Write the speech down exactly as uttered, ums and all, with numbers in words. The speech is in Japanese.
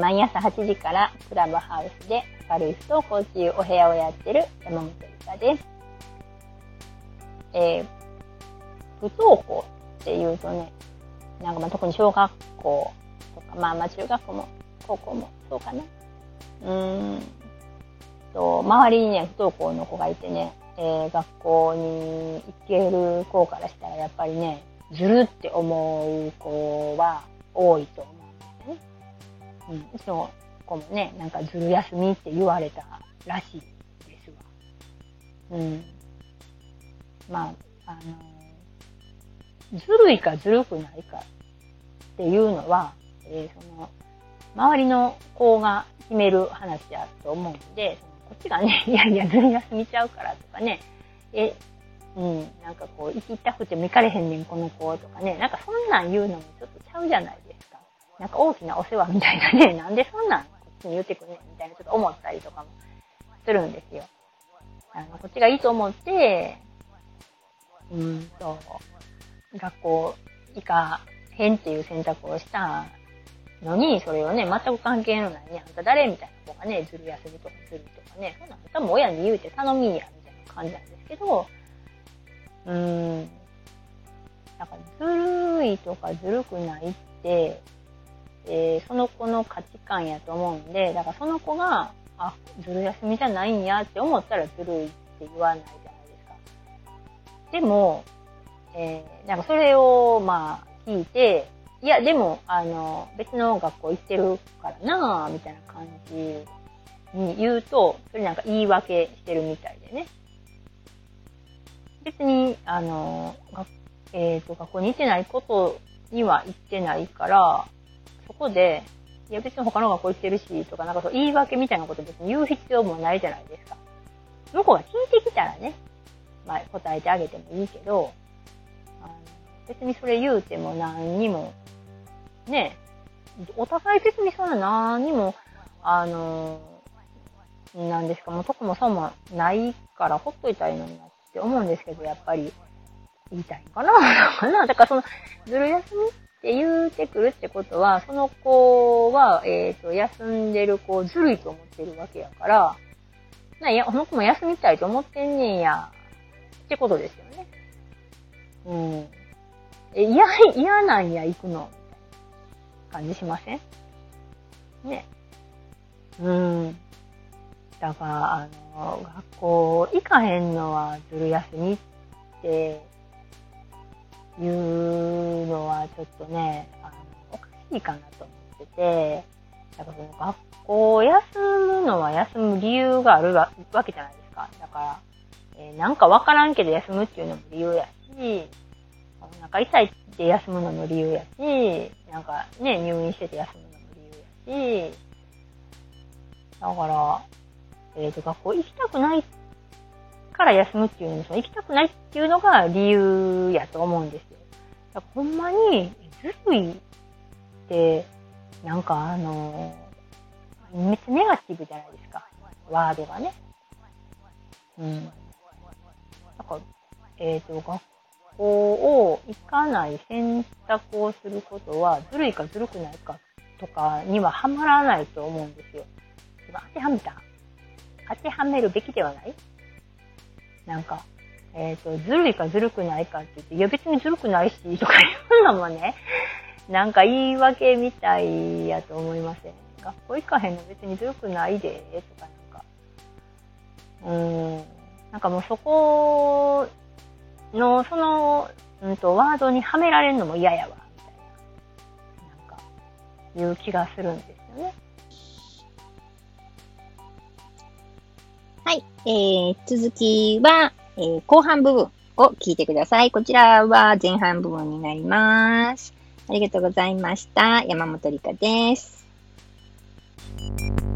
毎朝はちじからクラブハウスで明るい不登校というお部屋をやってる山本理香です。えー、不登校っていうとね、なんかまあ特に小学校とか、まあまあ中学校も高校もそうかな。うーんと、周りにね、不登校の子がいてね、えー、学校に行ける子からしたらやっぱりね、ずるって思う子は多いと思うんですよね。うん、うちの子もね、なんかずる休みって言われたらしいですわ。うん。まあ、あの、ずるいかずるくないかっていうのは、えー、その、周りの子が決める話だと思うんで、こっちがね、いやいやずる休みちゃうからとかね、え、うん、なんかこう、行きたくても行かれへんねん、この子とかね、なんかそんなん言うのもちょっとちゃうじゃないですか。なんか大きなお世話みたいなね、なんでそんなんこっちに言ってくんねんみたいなちょっと思ったりとかもするんですよ。あの、こっちがいいと思って、うんと、学校行かへんっていう選択をしたのに、それをね、全く関係のないね、あんた誰みたいな子がね、ずる休みとかずるとかね、そんなん多分親に言うて頼みや、みたいな感じなんですけど、うーん、なんかずるいとかずるくないって、えー、その子の価値観やと思うんで、だからその子が、あ、ずる休みじゃないんやって思ったらずるいって言わないじゃないですか。でも、えー、なんかそれをまあ聞いて、いやでもあの別の学校行ってるからなぁみたいな感じに言うと、それなんか言い訳してるみたいでね。別にあの、えーと、学校に行ってないことには行ってないから、そこで、いや別に他の学校行ってるしとか、なんかそう言い訳みたいなこと別に言う必要もないじゃないですか。向こうが聞いてきたらね、まあ答えてあげてもいいけど、あの別にそれ言うても何にも、ね、お互い別にそんな何にも、あの、なんですか、もうとこもそうもないからほっといたらいいのになって思うんですけど、やっぱり言いたいのかなだからその、ずる休みって言うてくるってことは、その子は、えっと、休んでる子をずるいと思ってるわけやから、な、いや、この子も休みたいと思ってんねんや、ってことですよね。うん。え、嫌、嫌なんや、行くの。感じしませんね。うん。だから、あの、学校行かへんのはずる休みっていうのはちょっとね、あの、おかしいかなと思ってて、だからその学校を休むのは休む理由があるわけじゃないですか。だから、えー、なんかわからんけど休むっていうのも理由やし、なんか痛いって休むのも理由やし、なんかね、入院してて休むのも理由やし、だから、えっと、学校行きたくないから休むっていうのも、行きたくないっていうのが理由やと思うんですよ。だからほんまに、ずるいって、なんかあの、めっちゃネガティブじゃないですか。ワードがね。うん。だから、えっと、学校を行かない選択をすることは、ずるいかずるくないかとかにはハマらないと思うんですよ。当てはめた当てはめるべきではないなんか、えっと、ずるいかずるくないかって言って、いや別にずるくないし、とか言うのもね、なんか言い訳みたいやと思いません？学校行かへんの別にずるくないで、とかなんか。うーん。なんかもうそこの、その、うんと、ワードにはめられるのも嫌やわ、みたいな。なんか、いう気がするんですよね。 はい。えー、続きは、えー、後半部分を聞いてください。こちらは前半部分になります。ありがとうございました。山本理香です。